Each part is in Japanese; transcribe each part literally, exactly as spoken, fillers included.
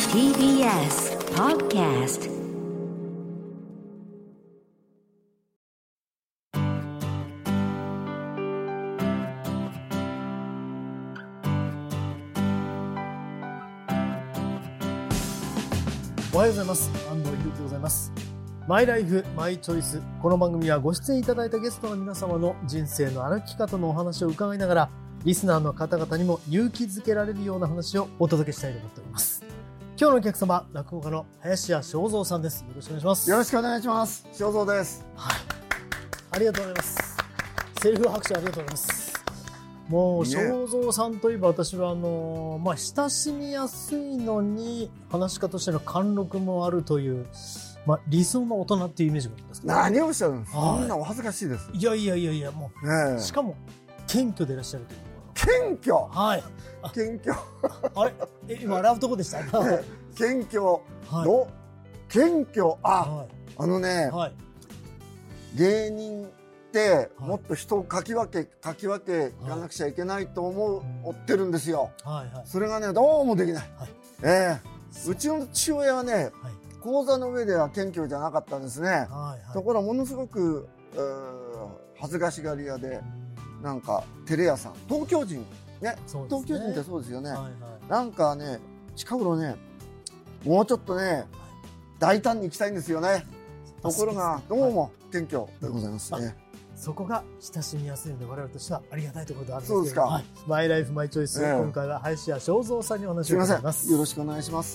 ティービーエス Podcast。 おはようございます。安藤裕樹でございます。マイライフマイチョイス。この番組はご出演いただいたゲストの皆様の人生の歩き方のお話を伺いながら、リスナーの方々にも勇気づけられるような話をお届けしたいと思っております。今日のお客様、落語家の林家正蔵さんです。よろしくお願いします。 よろしくお願いします。正蔵です。 はい。ありがとうございます。セリフ拍手ありがとうございます。もう、正蔵さんといえば私はあの、まあ、親しみやすいのに、話し家としての貫禄もあるという、まあ、理想の大人っていうイメージがあるんですけど。 何をおっしゃるんですか。 はい、 そんなお恥ずかしいです。 いやいやいやいや、もう、 ねえ、 しかも、謙虚でいらっしゃるという。 謙虚。 はい。 謙虚。 あれえ、今笑うとこでした、 ね、謙虚の、 はい、 謙虚。あ、はい、あのね、 はい、 芸人ってもっと人をかき分け、かき分けいかなくちゃいけないと思う、ってるんですよ。はいはい、それがね、どうもできない。はい、えー、うちの父親はね、はい、講座の上では謙虚じゃなかったんですね。はいはい、ところがものすごく、恥ずかしがり屋で、なんか照れ屋さん、東京人ね、東京人ってそうですよね。はいはい、なんかね、近頃ね、もうちょっとね、大胆に行きたいんですよね。ところがどうも謙虚でございますね。 そこが親しみやすいので我々としてはありがたいところであるんですけど。 そうですか。 はい、マイライフマイチョイス、えー、今回は林家正蔵さんにお話を伺います。 すみません。よろしくお願いします。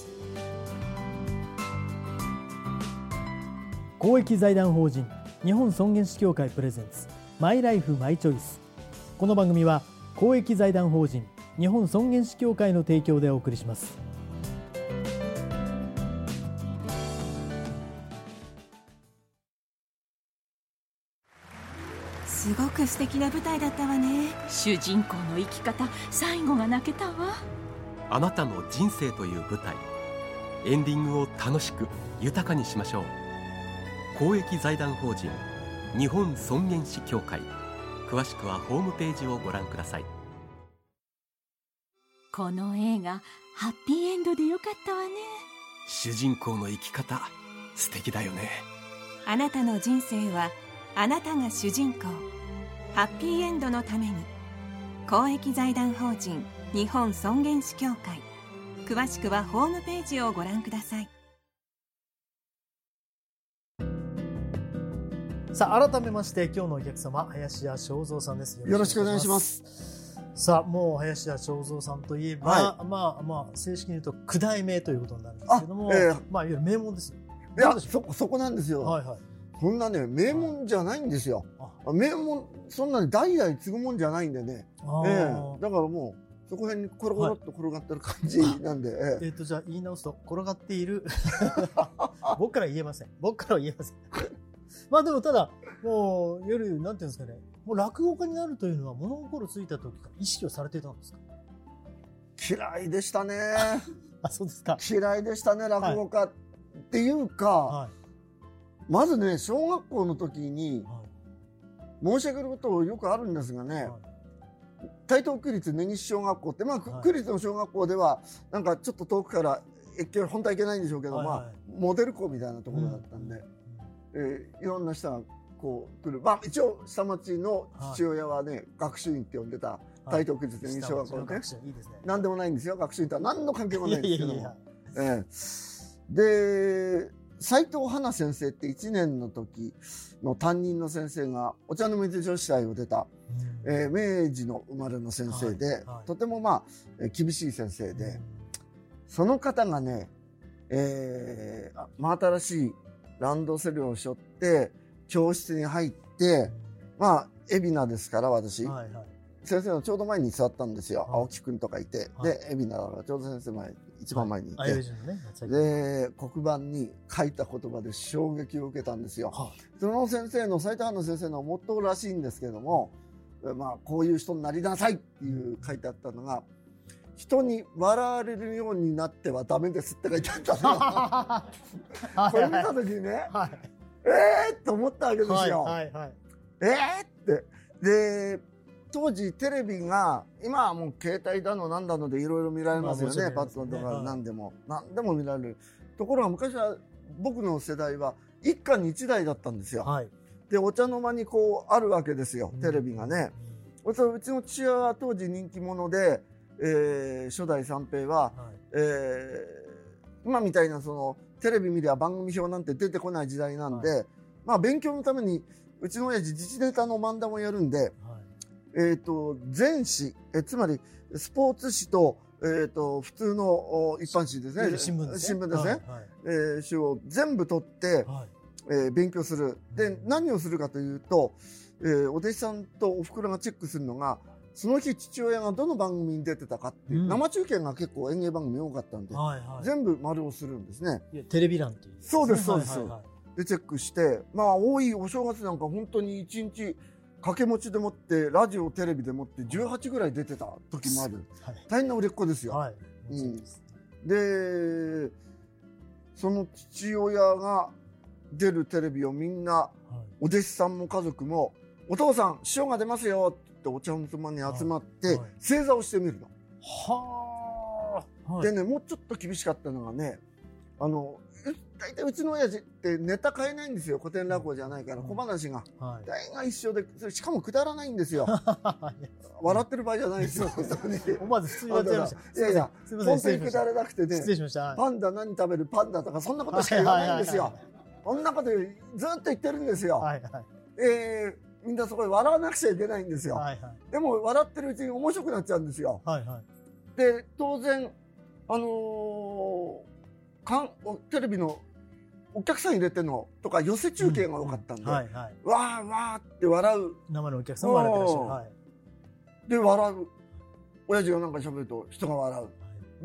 公益財団法人日本尊厳死協会プレゼンツマイライフマイチョイス。この番組は公益財団法人日本尊厳死協会の提供でお送りします。 すごく素敵な舞台だったわね。 主人公の生き方、最後が泣けたわ。 あなたの人生という舞台、エンディングを楽しく豊かにしましょう。公益財団法人日本尊厳死協会、詳しくはホームページをご覧ください。 この映画ハッピーエンドでよかったわね。 主人公の生き方素敵だよね。 あなたの人生はあなたが主人公。ハッピーエンドのために公益財団法人日本尊厳死協会、詳しくはホームページをご覧ください。 さあ改めまして今日のお客様、林家正蔵さんです。 よろしくお願いします。 さあもう林家正蔵さんといえば、はい、まあまあ正式に言うと九代目ということになるんですけども、えー、まあいわゆる名門ですよ。 いや、そそこなんですよ。はいはい。そんなね、名門じゃないんですよ。名門、そんなに代々継ぐもんじゃないんでね。ええ、だからもう、そこら辺にコロコロっと転がってる感じなんで。はい、 えっ、ー、と、じゃあ言い直すと、転がっている。僕から言えません。僕からは言えません。まあでもただ、もう、夜、なんていうんですかね、もう落語家になるというのは物心ついた時から意識をされていたんですか？ 嫌いでしたね。 あ、そうですか。 嫌いでしたね、落語家。はい、っていうか、はい、まずね、小学校の時に、申し上げることよくあるんですがね、はい、台東区立根岸小学校って、まあ、はい、区立の小学校では、なんかちょっと遠くから、本当はいけないんでしょうけど、はいはい、まあ、モデル校みたいなところだったんで、うん、えー、いろんな人がこう来る。まあ、一応、下町の父親はね、はい、学習院って呼んでた、台東区立根岸小学校ね。なんでもないんですよ、学習院とは何の関係もないんですけども。いやいやいや、えー、で、斉藤花先生っていちねんの時の担任の先生がお茶の水女子大を出た、うん、えー、明治の生まれの先生で、はいはい、とてもまあ厳しい先生で、うん、その方がね、えー、真新しいランドセルを背負って教室に入って、まあ海老名ですから私、はいはい、先生のちょうど前に座ったんですよ。はい、青木くんとかいて、はい、で海老名がちょうど先生前に一番前にいて、はい、ね、で黒板に書いた言葉で衝撃を受けたんですよ。はあ、その先生の斉藤花先生のモットーらしいんですけれども、まあこういう人になりなさいっていう書いてあったのが、人に笑われるようになってはダメですって書いてあったの。これ見た時にね、はい、えーって思ったわけですよ。はいはいはい、えーってで当時テレビが今はもう携帯だのなんだのでいろいろ見られますよね、 まあパッドとか何でも、はい、何でも見られるところが、昔は僕の世代は一家に一台だったんですよ、はい、でお茶の間にこうあるわけですよ、テレビがね、うん、うちの父親は当時人気者で、えー、初代三平は、はい、えー、今みたいなそのテレビ見りゃ番組表なんて出てこない時代なんで、はい、まあ勉強のためにうちの親父自治ネタの漫談をやるんで、はい、えーと全紙、えつまりスポーツ紙と、えーと普通の一般紙ですね、 新聞ですね、 新聞ですね、はいはい、えー、紙を全部取って、はい、えー、勉強する。で、何をするかというと、えー、お弟子さんとお袋がチェックするのが、その日父親がどの番組に出てたかっていう、うん、生中継が結構演芸番組多かったんで、はいはい、全部丸をするんですね。 テレビ欄っていう、ね、 そうですそうです、はいはいはい、でチェックして、まあ多いお正月なんか本当に一日掛け持ちでもってラジオテレビでもってじゅうはちぐらい出てた時もある、はい、大変な売れっ子ですよ、はい、うん、でその父親が出るテレビをみんな、はい、お弟子さんも家族も、お父さん師匠が出ますよってお茶の間に集まって、はいはい、正座をしてみるの。はあ、はい、でね、もうちょっと厳しかったのがね、あの大体うちの親父ってネタ変えないんですよ、古典落語じゃないから、小話が、はい、大概一緒で、しかもくだらないんですよ笑ってる場合じゃないですよ思わず普通に言われちゃいました。 いやいや、本当にくだらなくてね、 失礼しました、 パンダ何食べるパンダとかそんなことしか言わないんですよ。そんなことずっと言ってるんですよ、はいはい、えー、みんなそこで笑わなくちゃいけないんですよ、はいはい、でも笑ってるうちに面白くなっちゃうんですよ、はいはい、で当然あのー、かんテレビのお客さん入れてのとか寄せ中継が多かったんで、うんうん、はいはい、わーわーって笑う、 生のお客さんも笑ってらっしゃる、はい、 で笑う、親父がなんか喋ると人が笑う、はい、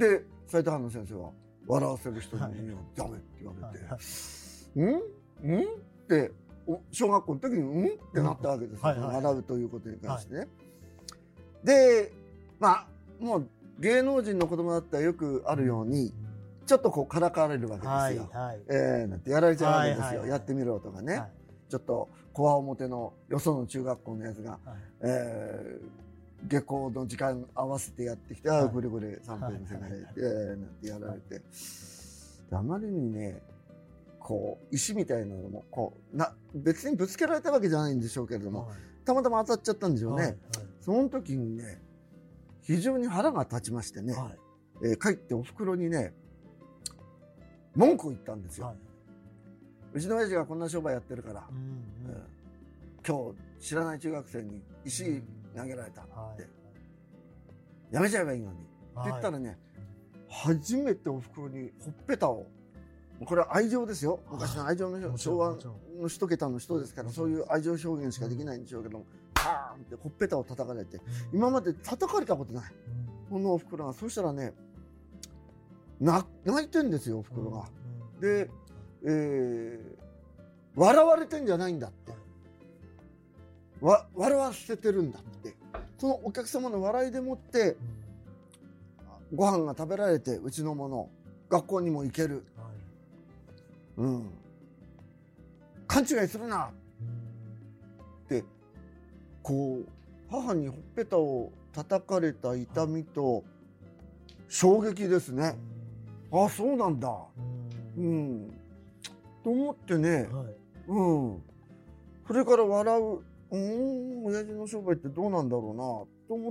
で斉藤藩の先生は笑わせる人に、はい、ダメって言われて、はいはい、うんうんって小学校の時にうんってなったわけですよ、はいはい、笑うということに関してね、はい、でまあもう芸能人の子供だったらよくあるように、うん、ちょっとこうからかわれるわけですよ、はいはい、えー、なんてやられちゃうわけですよ、はいはい、やってみろとかね、はい、ちょっとこわ表のよその中学校のやつが、はい、えー、下校の時間合わせてやってきて、はい、あこれこれ三平の先生がいて、はい、なんてやられて、はい、あまりにねこう石みたいなのもこうな別にぶつけられたわけじゃないんでしょうけれども、はい、たまたま当たっちゃったんでしょうね、はいはい、その時にね非常に腹が立ちましてね、はい、えー、帰ってお袋にね文句を言ったんですよ、はい、うちの親父がこんな商売やってるから、うんうん、えー、今日知らない中学生に石投げられたって、うん、はい、やめちゃえばいいのに、はい、って言ったらね初めてお袋にほっぺたを、これは愛情ですよ、昔の愛情の人、昭和の一桁の人ですから、そういう愛情表現しかできないんでしょうけども、パーンってほっぺたを叩かれて、今まで叩かれたことない、このお袋が。そしたらね泣いてんですよお袋が、で、えー、笑われてんじゃないんだって、わ笑わせてるんだって、そのお客様の笑いでもってご飯が食べられて、うちのもの学校にも行ける、うん、勘違いするなってこう母にほっぺたを叩かれた痛みと衝撃ですね。ああそうなんだ、うん、と思ってね、はい、うん、それから笑う、うん親父の商売ってどうなんだろうなと思って、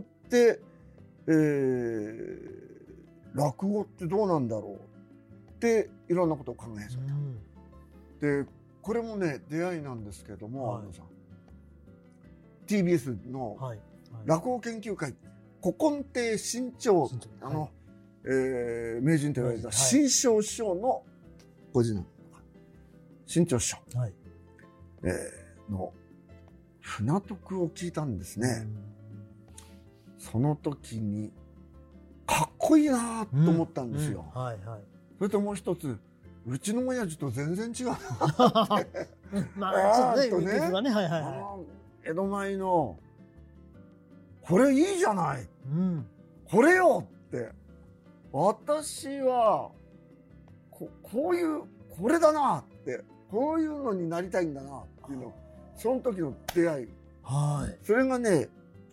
えー、落語ってどうなんだろうっていろんなことを考え始めた、うん、でこれもね出会いなんですけども、はい、あのさ ティービーエス の落語研究会、古今亭新潮、あの、はい、えー、名人と言われた新潮師匠のご次男、新潮師匠、はい、えー、の船徳を聞いたんですね。その時にかっこいいなと思ったんですよ、うんうん、はいはい、それともう一つ、うちの親父と全然違うなって。まあ、ちょっとね、ね、はいはいはい、江戸前の、これいいじゃない、うん、これよって、私はこ、こういう、これだなって、こういうのになりたいんだなっていうの、その時の出会い。はい。それがね、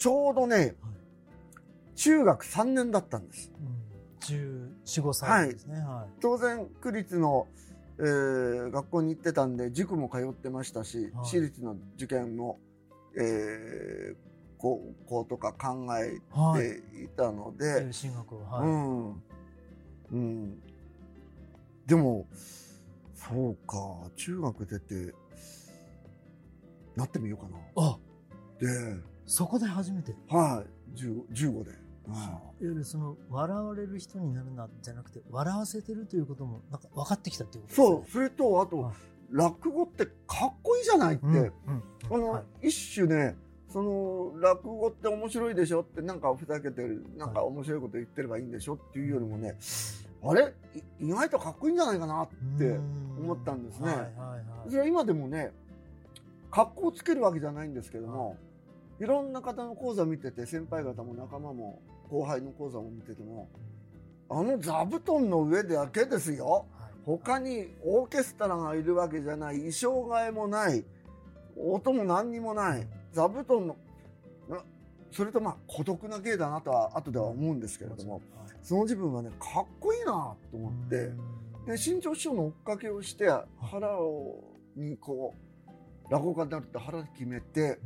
ちょうどね、はい、中学さんねんだったんです。 うん、じゅうよん、ごさいですね。はいはい、 当然区立の、えー、学校に行ってたんで塾も通ってましたし、はい、私立の受験も、えー、高校とか考えていたので、はい、 進学は、はい、 うんうん、でもそうか、中学出てなってみようかな。 あ、 でそこで初めて、 はい、じゅう、じゅうごで、はい、 いわゆるその笑われる人になるなじゃなくて笑わせてるということもなんか分かってきたっていうことですね。 そう、それとあと、はい、落語ってかっこいいじゃないって、うんうん、この、はい、一種ね、その落語って面白いでしょって、なんかふざけてる、なんか面白いこと言ってればいいんでしょっていうよりもね、はい、あれ意外とかっこいいんじゃないかなって思ったんですね。はいはいはい、それは今でもね、格好つけるわけじゃないんですけども、はい、いろんな方の講座見てて、先輩方も仲間も後輩の講座も見てても、あの座布団の上だけですよ、はい、他にオーケストラがいるわけじゃない、衣装替えもない、音も何にもない、座布団の、それとまあ孤独な芸だなとは後では思うんですけれども、その自分はね、かっこいいなと思って、で新潮師匠の追っかけをして腹をにこう落語家になるって腹に決めて、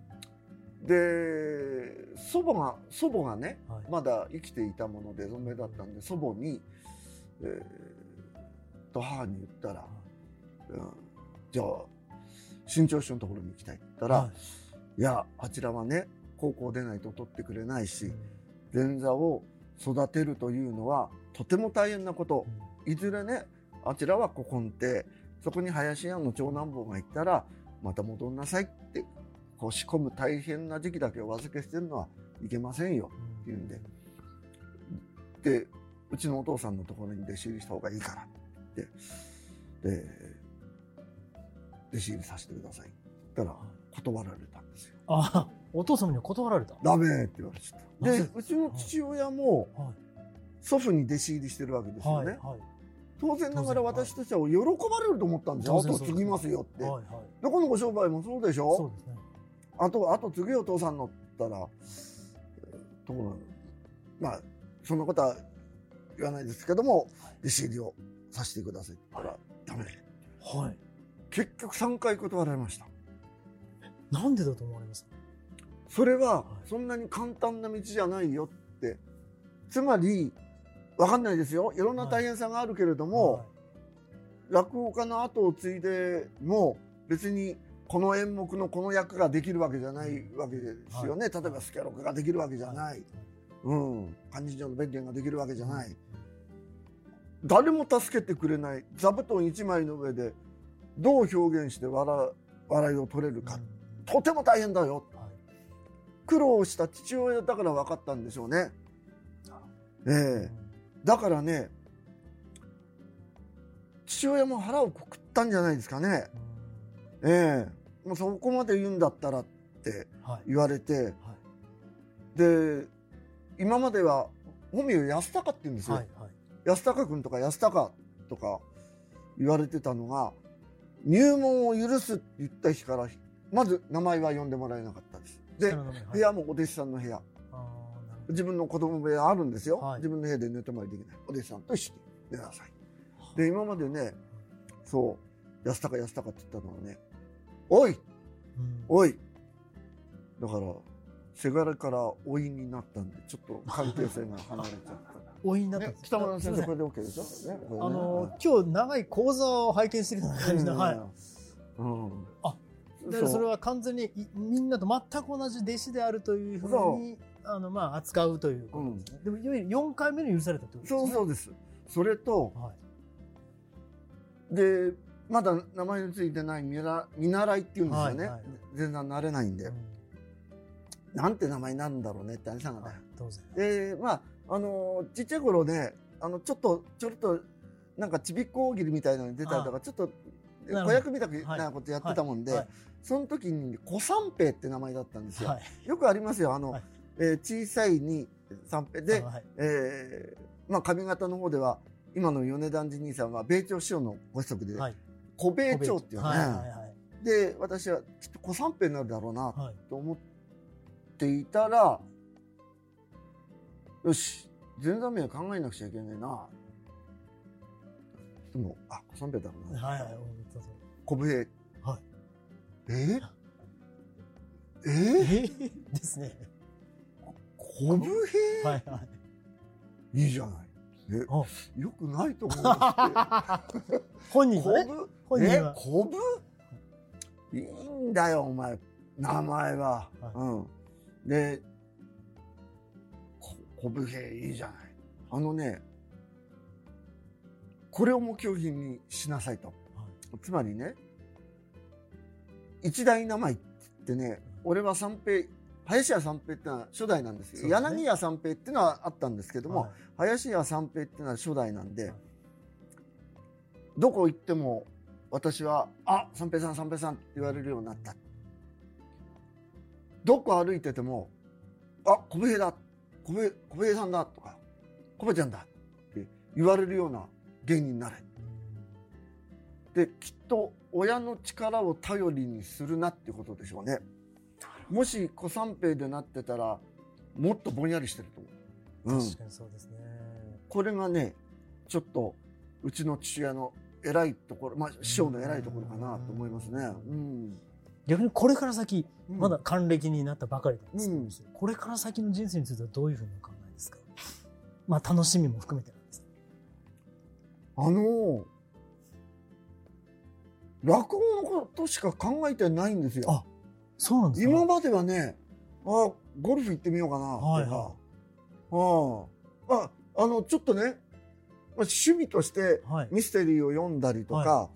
で祖母が祖母がね、はい、まだ生きていたもので存命だったんで、祖母に、えー、と母に言ったら、うん、じゃあ新潮師匠のところに行きたいって言ったら、はい、いやあちらはね高校出ないと取ってくれないし、前座を育てるというのはとても大変なこと、うん、いずれねあちらは古今亭、そこに林家の長男坊が行ったらまた戻んなさいってこう仕込む大変な時期だけをお預けしてるのはいけませんよっていうんで、でうちのお父さんのところに弟子入りした方がいいからってで弟子入りさせてくださいって言ったら断られたんですよ。 あ、お父様には断られた？ ダメって言われちゃった。でうちの父親も祖父に弟子入りしてるわけですよね、はいはい、当然ながら私たちは喜ばれると思ったんですよ。後継ぎますよって、はいはい、どこのご商売もそうでしょ。そうですね。あと後継げお父さんのったらところまあそんなことは言わないですけども、弟子入りをさせてくださいって言ったらダメ、はい、結局さんかい断られました。 なんでだと思われますか？ それはそんなに簡単な道じゃないよって、つまり分かんないですよ、いろんな大変さがあるけれども、はいはい、落語家の後を継いでも別にこの演目のこの役ができるわけじゃないわけですよね、はい、例えば助六ができるわけじゃない、はい、うん、勧進帳の弁慶ができるわけじゃない、うん、誰も助けてくれない座布団一枚の上でどう表現して笑、笑いを取れるか、うん、とても大変だよ、はい、苦労した父親だから分かったんでしょうね、えー、だからね父親も腹をくくったんじゃないですかね、うん、ええー、もうそこまで言うんだったらって言われて、はいはい、で今までは本名安高って言うんですよ、はいはい、安高君とか安高とか言われてたのが、入門を許すって言った日からまず名前は呼んでもらえなかったです。で、はい、部屋もお弟子さんの部屋、自分の子供部屋あるんですよ、はい、自分の部屋で寝泊まりできない、お弟子さんと一緒に寝なさい。で今までね、そう安高安高って言ったのはね、おい、うん、おいだからせがれからおいになったんでちょっと関係性が離れちゃったおいになったんです、 ね、北村先生これで OK でしょ、ね、 あの、はい、今日長い講座を拝見してるような感じの、はい、うん、あ、だからそれは完全にみんなと全く同じ弟子であるというふうにあの、まあ、扱うということですね、うん、でもいわゆるよんかいめに許されたということですね。 そうそうです。それと、はい、でまだ名前についてない見習見習いっていうんですよね、はいはい、全然慣れないんで、うん、なんて名前になるんだろうねって話なんだよ、はい、当然。でまああのちっちゃい頃ね、あのちょっとちょっとなんかちびっこ大喜利みたいなのに出たりとか、ちょっと子役みたいなことやってたもんで、はいはいはい、その時に小三平って名前だったんですよ、はい、よくありますよ、あの、はい、えー、小さいに三平で、はい、えー、まあ上方の方では今の米團次兄さんは米朝師匠のご子息で、はい、小米朝っていうね、はいはいはい、で私はきっと小三平になるだろうなと思っっていたら、よし、前座名考えなくちゃいけないな。でも、あ、小三平だろうな。 はいはい。 小武平。 はい。 えー、ええー、 ー、ですね。 小武平、 はいはい。 いいじゃない。え、よくないと思う。 本人はね。本人は。 え、小武いいんだよ、お前。名前は。はい、うん。で、小武平いいじゃない。あのね、これを目標品にしなさいと。はい、つまりね、一大名前ってね、俺は三平、林家三平ってのは初代なんですよ。すね、柳家三平っていうのはあったんですけども、はい、林家三平っていうのは初代なんで、はい、どこ行っても私は、あ、三平さん、三平さんって言われるようになった。どこ歩いてても、あ、小武平だ、小武、小武平さんだとか、小武ちゃんだって言われるような芸人になれ。で、きっと親の力を頼りにするなっていうことでしょうね。もし小三平でなってたら、もっとぼんやりしてると思う。 確かにそうですね。 うん、これがね、ちょっとうちの父親の偉いところ、まあ師匠の偉いところかなと思いますね。うん、 逆にこれから先、うん、まだ還暦になったばかりなんですけど、うん、これから先の人生についてはどういうふうにお考えですか？まあ楽しみも含めてなんです。 あの落語のことしか考えてないんですよ。 あ、そうなんですか。 今まではね、あ、ゴルフ行ってみようかなとか、はいはい、あ、あ、あのちょっとね、趣味としてミステリーを読んだりとか、はい、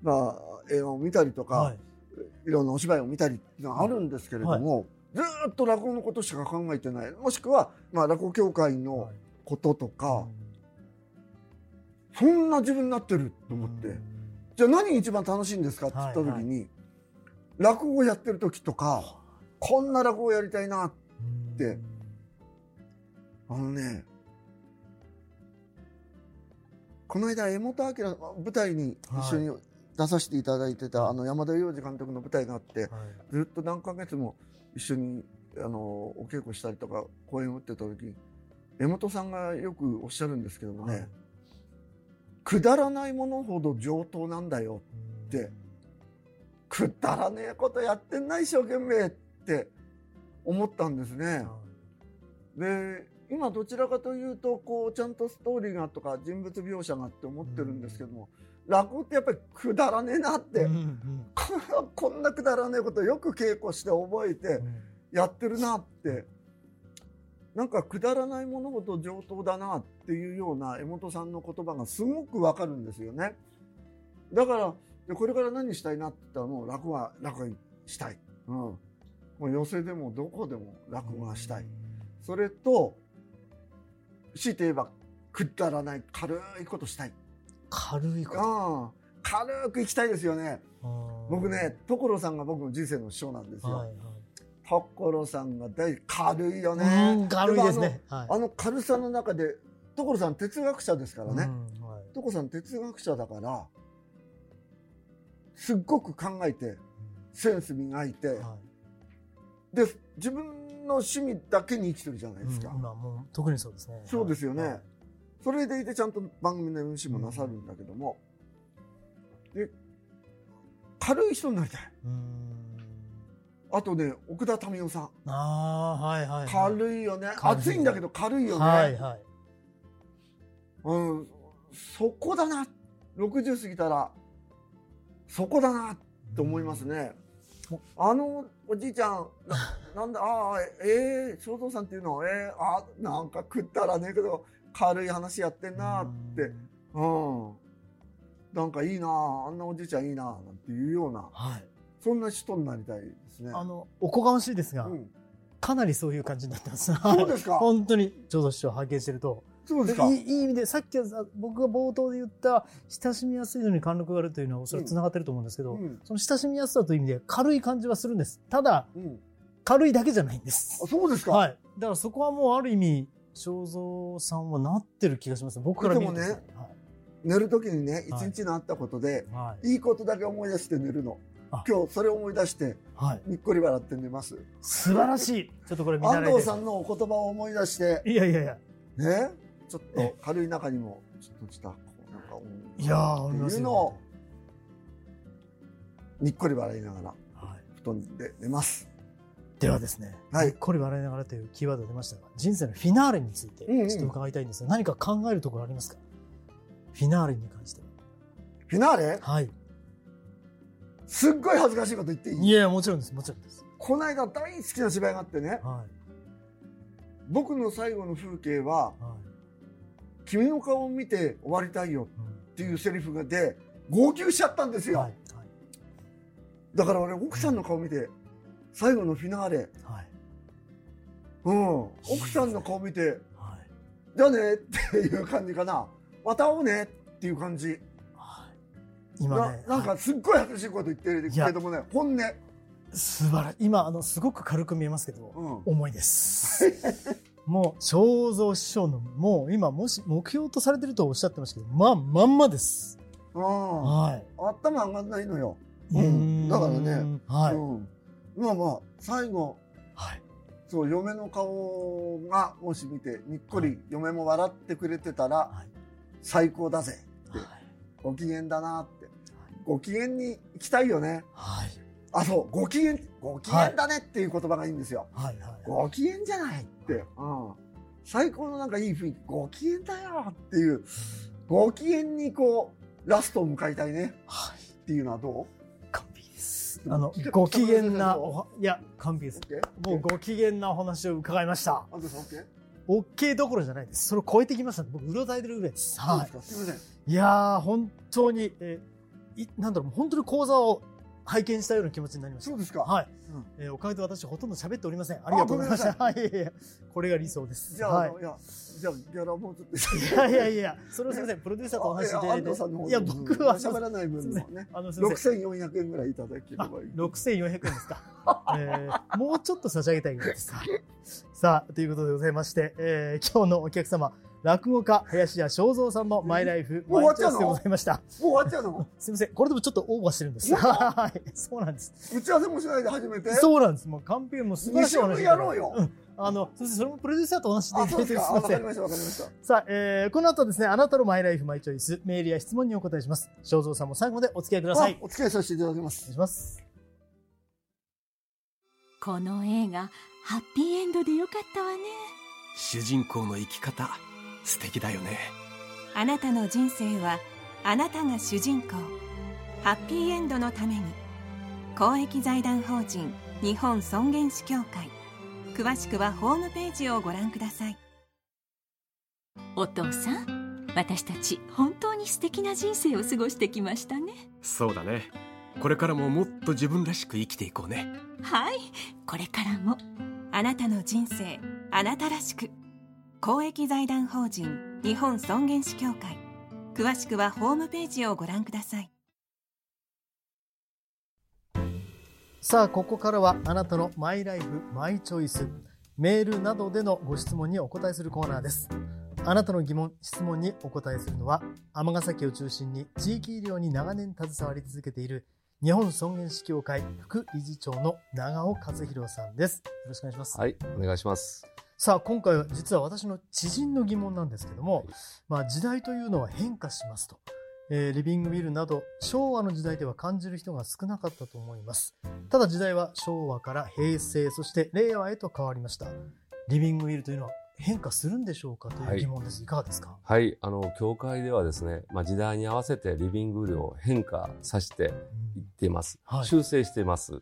まあ映画を見たりとか、はい、いろんなお芝居を見たりっていうのがあるんですけれども、はい、ずっと落語のことしか考えてない。もしくはまあ落語協会のこととか、はい、そんな自分になってると思って。じゃあ何一番楽しいんですかって言った時に、はいはい、落語やってる時とか、こんな落語やりたいなって、あのね、この間江本明の舞台に一緒に出させていただいてた、はい、あの山田洋次監督の舞台があって、はい、ずっと何ヶ月も一緒にあのお稽古したりとか公演を打ってた時、江本さんがよくおっしゃるんですけどもね、はい、くだらないものほど上等なんだよって、くだらねえことやってんな一生懸命って思ったんですね。で、今どちらかというとこうちゃんとストーリーがとか人物描写がって思ってるんですけども、落語ってやっぱりくだらねえなって、うんうん、こんなくだらねえことよく稽古して覚えてやってるなって、なんかくだらないものほど上等だなっていうような江本さんの言葉がすごくわかるんですよね。だからでこれから何したいなって言ったらもう落語は落語したい、うん、もう寄席でもどこでも落語がしたい、それと強いて言えばくだらない軽いことしたい。 軽いこと、 うん、軽くいきたいですよね。僕ね、所さんが僕の人生の師匠なんですよ。はいはい、所さんが大軽いよね。 軽いですね。 あの、はい、あの軽さの中で所さん哲学者ですからね。はい、所さん哲学者だからすっごく考えてセンス磨いて、はい、で自分の趣味だけに生きてるじゃないですか。 うん、今もう特にそうですね。 そうですよね。はい、それでいてちゃんと番組の エムシー もなさるんだけども、うん、で軽い人になりたい。うん、あとね、奥田民生さん。 あー、はいはいはい、 軽いよね。熱いんだけど軽いよね。 はいはい、 うん、そこだな。ろくじゅう過ぎたらそこだなって思いますね。うん、あのおじいちゃん な, なんだああええー、正蔵さんっていうのはえー、あなんか食ったらねえけど軽い話やってんなって、うん、うん、なんかいいなあんなおじいちゃんいいななんていうような、はい、そんな人になりたいですね。 あのおこがましいですが、うん、かなりそういう感じになってます。 そうですか。 本当に正蔵師匠拝見してると。 そうですか。 いい、いい意味でさっき僕が冒頭で言った親しみやすいのに貫禄があるというのはおそらくつながってると思うんですけど、うん、その親しみやすさという意味で軽い感じはするんです。ただ、うん、軽いだけじゃないんです。 あ、そうですか。 はい。だからそこはもうある意味正蔵さんはなってる気がします。僕から見ると。 でもね、はい、寝る時にね一日のあったことで、はい、いいことだけ思い出して寝るの。 今日それを思い出して、 はい、 にっこり笑って寝ます。 素晴らしい。ちょっとこれ見習いたい。 安藤さんのお言葉を思い出して。 いやいやいや。 ね、ちょっと軽い中にもちょっとしたこうなんかいやーっていうのをにっこり笑いながら布団で寝ます。 ではですね、 はい、 にっこり笑いながらというキーワードが出ましたが、人生のフィナーレについてちょっと伺いたいんですが、うんうん、何か考えるところありますか？フィナーレに関しては。 フィナーレ？ はい。 すっごい恥ずかしいこと言っていい？ いやもちろんです、もちろんです。 この間大好きな芝居があってね、はい、僕の最後の風景は、はい、君の顔を見て終わりたいよっていうセリフがで号泣しちゃったんですよ、はいはい、だから俺奥さんの顔見て最後のフィナーレ、はい、うん、奥さんの顔見て、はい、じゃあねっていう感じかな、また会おうねっていう感じ、はい、今ね な, なんかすっごい恥ずかしいこと言ってるけどもね、本音素晴らしい。今あのすごく軽く見えますけど、うん、重いですもう正蔵師匠のもう今もし目標とされてるとおっしゃってましたけど、まあまんまです。 あ、はい、頭上がんないのよ、うん、だからね、はい、うん、まあまあ最後、はい、そう嫁の顔がもし見てにっこり、はい、嫁も笑ってくれてたら、はい、最高だぜって、はい、ご機嫌だなって、はい、ご機嫌に行きたいよね、はい、あ、そうご機嫌ご機嫌だねっていう言葉がいいんですよ、はいはいはい、ご機嫌じゃないって、はい、うん、最高のなんかいい雰囲気、ご機嫌だよっていう、ご機嫌にこうラストを迎えたいね、はい、っていうのはどう？ 完璧です。あのご機嫌なおいや完璧です。もうご機嫌なお話を伺いました。 あんたさん OK？ OK どころじゃないです。それを超えてきました。僕うろたえてるぐらいです。 はい。すみません。 いやー本当に、えー、いなんだろう本当に講座を拝見したような気持ちになりました。 そうですか。 はい。うん、えー、おかげで私ほとんど喋っておりません。ありがとうございました。はい。これが理想です。 じゃあ、はい、いやじゃあギャラもうちょっと。 いやいやいやそれはすみません。プロデューサーとお話しいただいて。いや僕は喋らない分のね。あの六千四百円ぐらいいただければいい。 六千四百円ですか。えー、もうちょっと差し上げたいぐらいです。さあということでございまして、えー、今日のお客様。落語家林家正蔵さんのマイライフマイチョイスでございました。 もう終わっちゃうの？ すみません。これでもちょっとオーバーしてるんです。はい、そうなんです。 打ち合わせもしないで初めて。 そうなんです。もう完璧も素晴らしいお話。 やろうよ。 うん。あのそしてそれもプロデューサーとお話しでいただいてすみません。 わかりましたわかりました。 さあ、えー、この後ですね、あなたのマイライフマイチョイスメールや質問にお答えします。正蔵さんも最後までお付き合いください。 お付き合いさせていただきます。 お願いします。 この映画ハッピーエンドでよかったわね。 主人公の生き方素敵だよね。 あなたの人生はあなたが主人公。ハッピーエンドのために公益財団法人日本尊厳死協会、詳しくはホームページをご覧ください。 お父さん、私たち本当に素敵な人生を過ごしてきましたね。 そうだね。これからももっと自分らしく生きていこうね。 はい、これからもあなたの人生あなたらしく、公益財団法人日本尊厳死協会、詳しくはホームページをご覧ください。 さあここからはあなたのマイライフマイチョイス、メールなどでのご質問にお答えするコーナーです。あなたの疑問質問にお答えするのは、尼崎を中心に地域医療に長年携わり続けている日本尊厳死協会副理事長の長尾和弘さんです。よろしくお願いします。 はい、お願いします。 さあ今回は実は私の知人の疑問なんですけども、はい、まあ、時代というのは変化しますと、えー、リビングウィルなど昭和の時代では感じる人が少なかったと思います。ただ時代は昭和から平成そして令和へと変わりました。リビングウィルというのは変化するんでしょうかという疑問です。はい、いかがですか？ はい、あの教会ではですね、まあ、時代に合わせてリビングウィルを変化させていっています、うん、はい、修正しています、うん、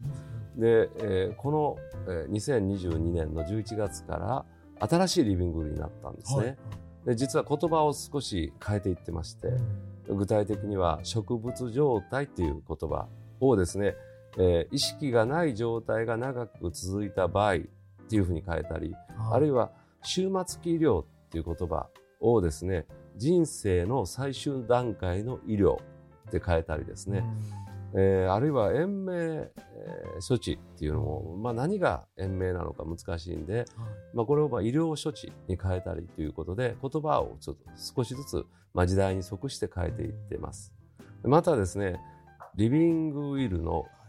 で、えー、この、えー、にせんにじゅうにねんのじゅういちがつから新しいリビングウィルになったんですね、はい、で実は言葉を少し変えていってまして、うん、具体的には植物状態という言葉をですね、えー、意識がない状態が長く続いた場合っていうふうに変えたり、はい、あるいは終末期医療っていう言葉をですね、人生の最終段階の医療って変えたりですね、うん、えー、あるいは延命、えー、処置っていうのも、まあ、何が延命なのか難しいんで、はい、まあ、これをまあ医療処置に変えたりということで言葉をちょっと少しずつ、まあ、時代に即して変えていっています。またですね、リビングウィルの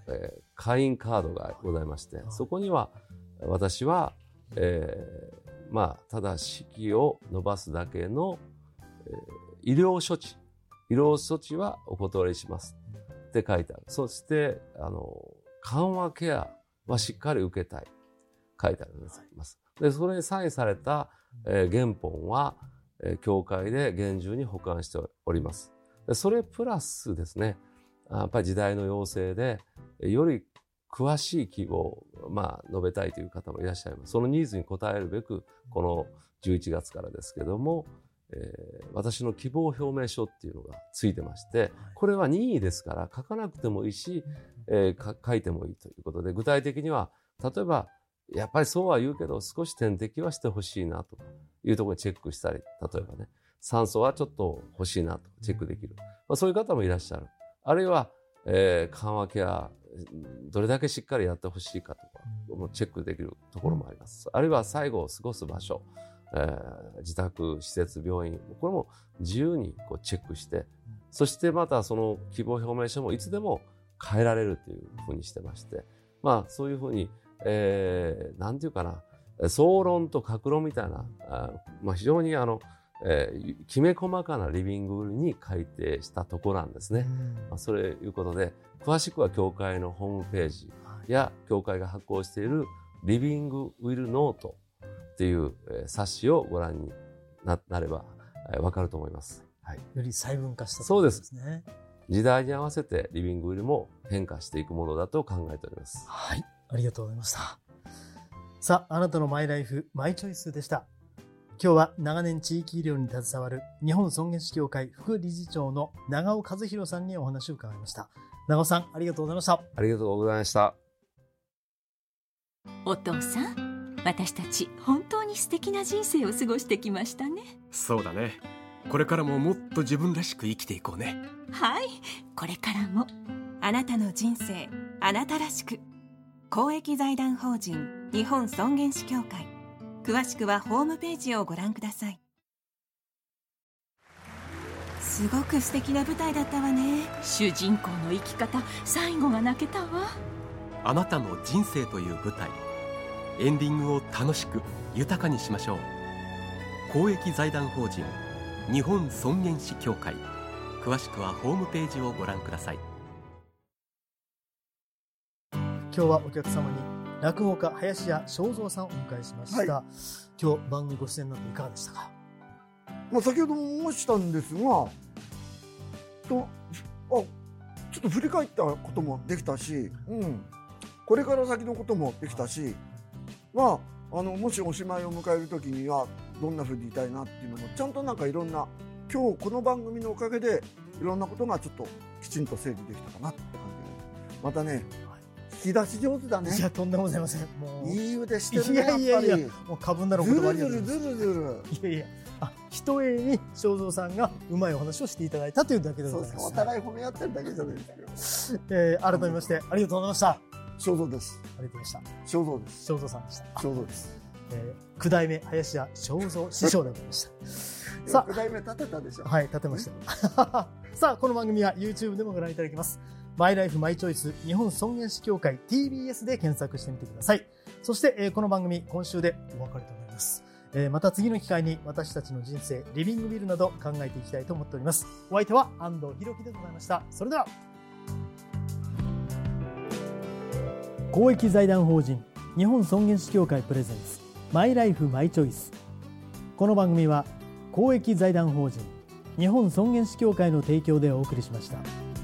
えー、会員カードがございまして、そこには私は、えー、まあただ式を伸ばすだけの、えー、医療処置医療措置はお断りしますって書いてある。そしてあの緩和ケアはしっかり受けたい書いてあります。でそれにサインされた、えー、原本は、えー、教会で厳重に保管しております。でそれプラスですね、やっぱり時代の要請でより詳しい希望を、まあ、述べたいという方もいらっしゃいます。そのニーズに応えるべくこのじゅういちがつからですけども、えー、私の希望表明書っていうのがついてまして、これは任意ですから書かなくてもいいし、えー、書いてもいいということで、具体的には例えばやっぱりそうは言うけど少し点滴はしてほしいなとかいうところにチェックしたり、例えばね酸素はちょっと欲しいなとチェックできる、まあ、そういう方もいらっしゃる。あるいは、えー、緩和ケアどれだけしっかりやってほしいかとかもチェックできるところもあります。あるいは最後を過ごす場所、えー、自宅、施設、病院、これも自由にこうチェックして、そしてまたその希望表明書もいつでも変えられるというふうにしてまして、まあそういうふうに、えー、なんていうかな、総論と各論みたいな、あまあ、非常にあの、えー、きめ細かなリビングに改定したところなんですね。まあ、それいうことで、詳しくは教会のホームページや教会が発行しているリビングウィルノートっていう冊子をご覧に な, なればわかると思います。はい、より細分化したということですね。そうです。時代に合わせてリビングウィルも変化していくものだと考えております。 はい、ありがとうございました。さあ、あなたのマイライフマイチョイスでした。今日は長年地域医療に携わる日本尊厳死協会副理事長の長尾和弘さんにお話を伺いました。長尾さん、ありがとうございました。 ありがとうございました。 お父さん、私たち本当に素敵な人生を過ごしてきましたね。 そうだね。これからももっと自分らしく生きていこうね。 はい、これからも。 あなたの人生あなたらしく、公益財団法人日本尊厳死協会、詳しくはホームページをご覧ください。すごく素敵な舞台だったわね。 主人公の生き方、最後が泣けたわ。 あなたの人生という舞台、エンディングを楽しく豊かにしましょう。公益財団法人日本尊厳死協会、詳しくはホームページをご覧ください。 今日はお客様に落語家林家正蔵さんをお迎えしました。はい、今日番組ご出演になっていかがでしたか？ まあ、先ほども申したんですが、とあちょっと振り返ったこともできたし、うん、これから先のこともできたし、まあ、あのもしおしまいを迎える時にはどんなふうにいたいなっていうのもちゃんとなんかいろんな、今日この番組のおかげでいろんなことがちょっときちんと整理できたかなって感じで、またね、引き出し上手だね。 いや、とんでもございません。もういい腕してるね。 いやいやいや、 やっぱりもう過分なる言葉ありがとうございます。 ずるずるずるずる。 いやいや、あ、ひとえに正蔵さんがうまいお話をしていただいたというだけでございます。 そうです。お互い褒め合ってるだけじゃないですけど。 えー、改めましてありがとうございました。 正蔵です。 ありがとうございました。 正蔵です。 正蔵さんでした。 正蔵です。 えー、九代目林家正蔵師匠でございました。 さあ、九代目立てたでしょ。 はい、立てました。さあ、この番組は YouTube でもご覧いただけます。マイライフマイチョイス日本尊厳死協会 ティービーエス で検索してみてください。そして、えー、この番組今週でお別れとなります。えー、また次の機会に私たちの人生リビングビルなど考えていきたいと思っております。お相手は安藤博樹でございました。それでは、公益財団法人日本尊厳死協会プレゼンツマイライフマイチョイス。この番組は公益財団法人日本尊厳死協会の提供でお送りしました。